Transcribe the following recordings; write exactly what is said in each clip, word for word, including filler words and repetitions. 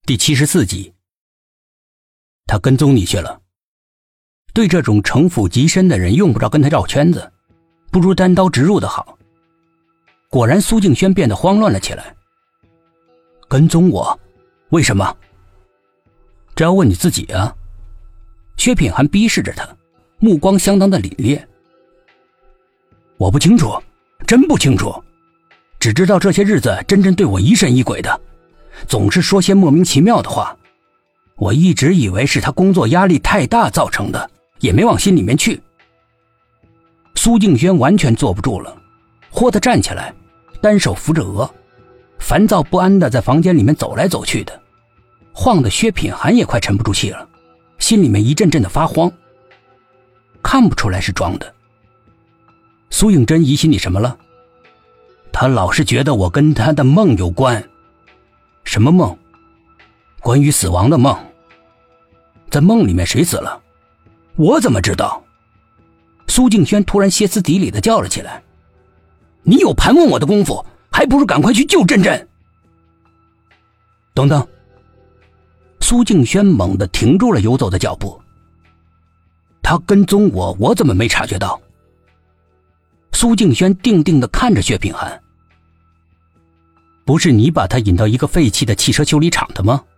第七十四集。他跟踪你去了。对这种城府极深的人，用不着跟他绕圈子，不如单刀直入的好。果然苏敬轩变得慌乱了起来。跟踪我？为什么？这要问你自己啊。薛品涵逼视着他，目光相当的凛冽。我不清楚，真不清楚，只知道这些日子真真对我疑神疑鬼的，总是说些莫名其妙的话。我一直以为是他工作压力太大造成的，也没往心里面去。苏敬轩完全坐不住了，豁地站起来，单手扶着额，烦躁不安地在房间里面走来走去的，晃得薛品涵也快沉不住气了，心里面一阵阵的发慌。看不出来是装的。苏应真疑心你什么了？他老是觉得我跟他的梦有关。什么梦？关于死亡的梦。在梦里面谁死了？我怎么知道？苏敬轩突然歇斯底里地叫了起来。你有盘问我的功夫，还不如赶快去救珍珍。等等。苏敬轩猛地停住了游走的脚步。他跟踪我，我怎么没察觉到？苏敬轩定定地看着薛品涵。不是你把他引到一个废弃的汽车修理厂的吗？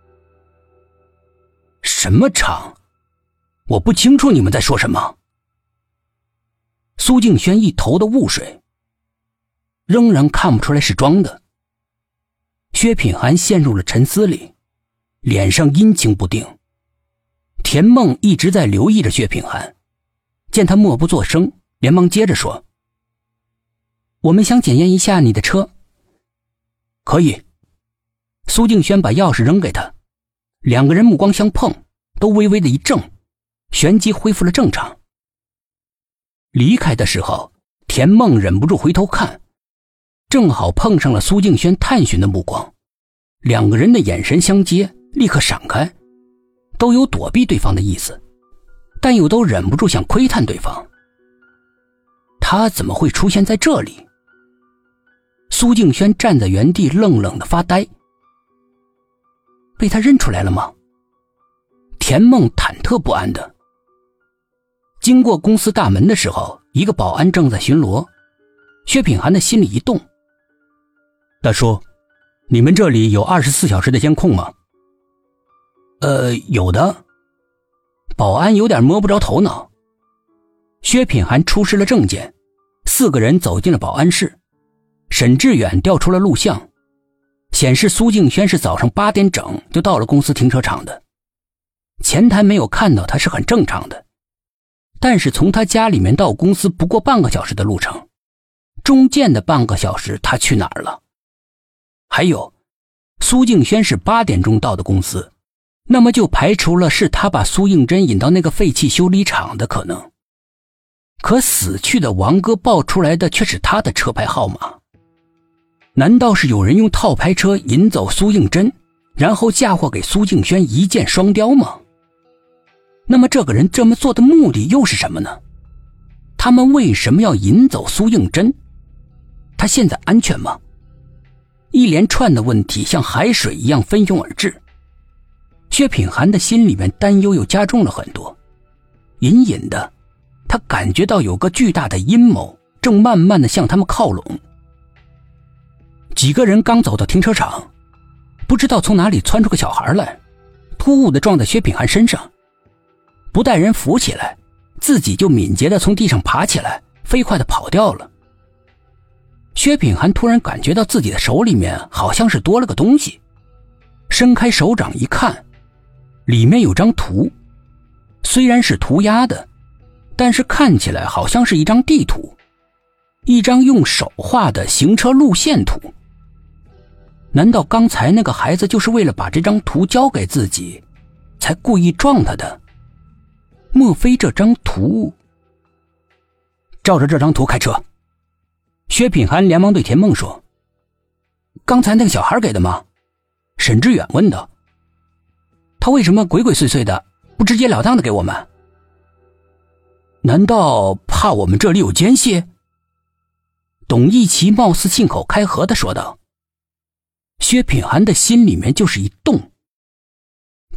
什么厂？我不清楚你们在说什么。苏敬轩一头的雾水，仍然看不出来是装的。薛品涵陷入了沉思里，脸上阴晴不定。田梦一直在留意着薛品涵，见他默不作声，连忙接着说：我们想检验一下你的车。可以。苏敬轩把钥匙扔给他，两个人目光相碰，都微微的一怔，旋即恢复了正常。离开的时候，田梦忍不住回头看，正好碰上了苏敬轩探寻的目光，两个人的眼神相接，立刻闪开，都有躲避对方的意思，但又都忍不住想窥探对方。他怎么会出现在这里？苏敬轩站在原地愣愣地发呆。被他认出来了吗？田梦忐忑不安的。经过公司大门的时候，一个保安正在巡逻。薛品涵的心里一动。大叔，你们这里有二十四小时的监控吗？呃，有的。保安有点摸不着头脑。薛品涵出示了证件，四个人走进了保安室。沈志远调出了录像，显示苏敬轩是早上八点整就到了公司停车场的。前台没有看到他是很正常的，但是从他家里面到公司不过半个小时的路程，中间的半个小时他去哪儿了？还有，苏敬轩是八点钟到的公司，那么就排除了是他把苏应真引到那个废弃修理厂的可能。可死去的王哥报出来的却是他的车牌号码。难道是有人用套牌车引走苏应真，然后嫁祸给苏敬轩一箭双雕吗？那么这个人这么做的目的又是什么呢？他们为什么要引走苏应真？他现在安全吗？一连串的问题像海水一样蜂拥而至。薛品涵的心里面担忧又加重了很多，隐隐的他感觉到有个巨大的阴谋正慢慢的向他们靠拢。几个人刚走到停车场，不知道从哪里窜出个小孩来，突兀地撞在薛品涵身上，不带人扶起来，自己就敏捷地从地上爬起来，飞快地跑掉了。薛品涵突然感觉到自己的手里面好像是多了个东西，伸开手掌一看，里面有张图，虽然是涂鸦的，但是看起来好像是一张地图，一张用手画的行车路线图。难道刚才那个孩子就是为了把这张图交给自己，才故意撞他的？莫非这张图……照着这张图开车。薛品涵连忙对田梦说：刚才那个小孩给的吗？沈志远问道。他为什么鬼鬼祟祟的，不直截了当的给我们？难道怕我们这里有奸细？董一奇貌似信口开河的说道。薛品涵的心里面就是一动，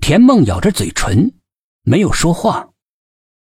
田梦咬着嘴唇，没有说话。